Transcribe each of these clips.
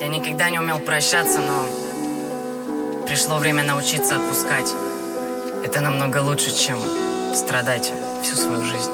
Я никогда не умел прощаться, но пришло время научиться отпускать. Это намного лучше, чем страдать всю свою жизнь.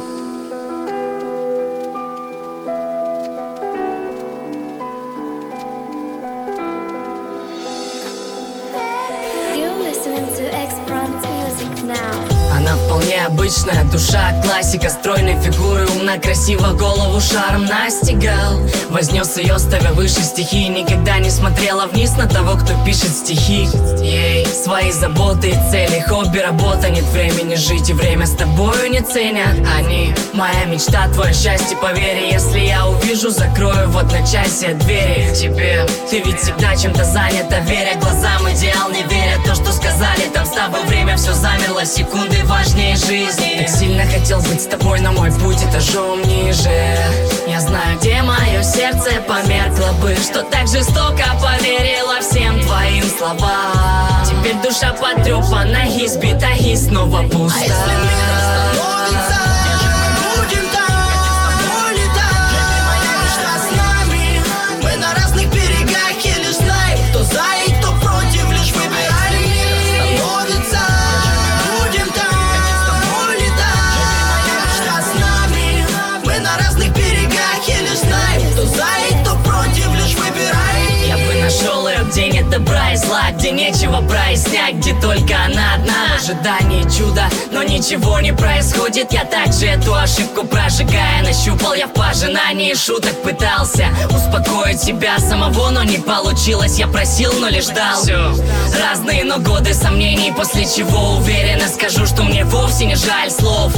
Она вполне обычная душа, классика стройной фигуры, умна, красиво, голову шаром настигал. Вознес ее, ставя выше стихи. Никогда не смотрела вниз на того, кто пишет стихи. Ей свои заботы и цели, хобби, работа. Нет времени жить и время с тобою не ценят. Они моя мечта, твое счастье, поверь. Если я увижу, закрою в одночасье двери к тебе. Ты ведь всегда чем-то занята, веря глазам, идеал, не веря то, что сказали. Там с тобой время все замерло, секунды важнее жизни. Так сильно хотел быть с тобой, но мой путь этажом ниже. Я знаю, где мое сердце померкло бы, что так жестоко поверила всем твоим словам. Теперь душа потрепана, избита и снова пуста. А если мир остановится, мы будем там, улетать. Моя мечта с нами, мы на разных берегах и лишь знаем, кто за и кто против, лишь выбирай. Остановится, будем там, улетать. Моя мечта с нами, мы на разных берегах и лишь знаем, кто за и кто против, лишь выбирай. Я бы нашел ее, где нет добра и зла, где нечего прояснять, где только она одна. В ожидании чуда, но ничего не происходит. Я также эту ошибку прожигая нащупал. Я в пожинании шуток пытался успокоить себя самого, но не получилось. Я просил, но лишь ждал. Все разные, но годы сомнений, после чего уверенно скажу, что мне вовсе не жаль слов.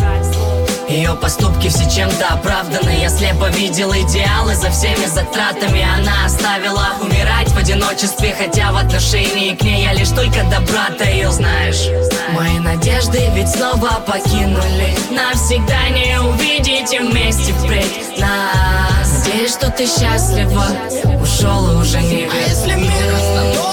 Ее поступки все чем-то оправданы. Я слепо видел идеалы за всеми затратами. Она оставила умирать в одиночестве, хотя в отношении к ней я лишь только добра таил. Знаешь, мои надежды ведь снова покинули. Навсегда не увидите вместе впредь нас. Надеюсь, что ты счастлива, ушел и уже не А если мир остановится,